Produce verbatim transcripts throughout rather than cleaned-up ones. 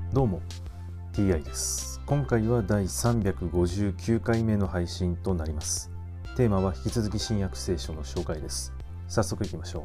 どうも ティーアイ です。今回はだいさんびゃくごじゅうきゅうかいめの配信となります。テーマは引き続き新約聖書の紹介です。早速いきましょう。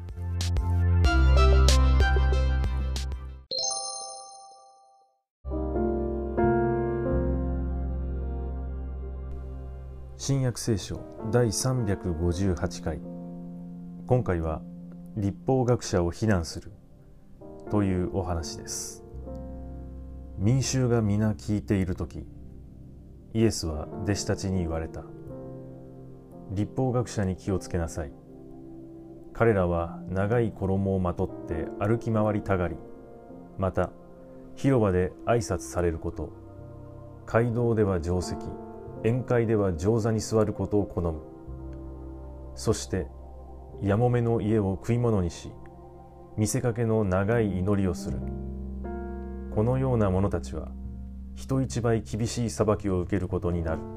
新約聖書だいさんびゃくごじゅうはちかい。今回は律法学者を非難するというお話です。民衆が皆聞いているとき、イエスは弟子たちに言われた。律法学者に気をつけなさい。彼らは長い衣をまとって歩き回りたがり、また広場で挨拶されること、街道では定石、宴会では上座に座ることを好む。そしてやもめの家を食い物にし、見せかけの長い祈りをする。このような者たちは人一倍厳しい裁きを受けることになる。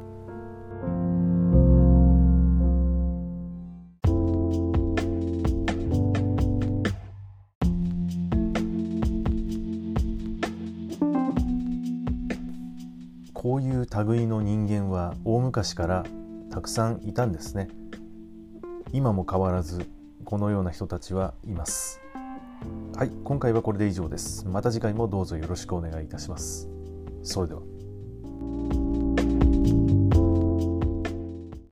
こういう類の人間は大昔からたくさんいたんですね。今も変わらずこのような人たちはいます。はい、今回はこれで以上です。また次回もどうぞよろしくお願いいたします。それでは。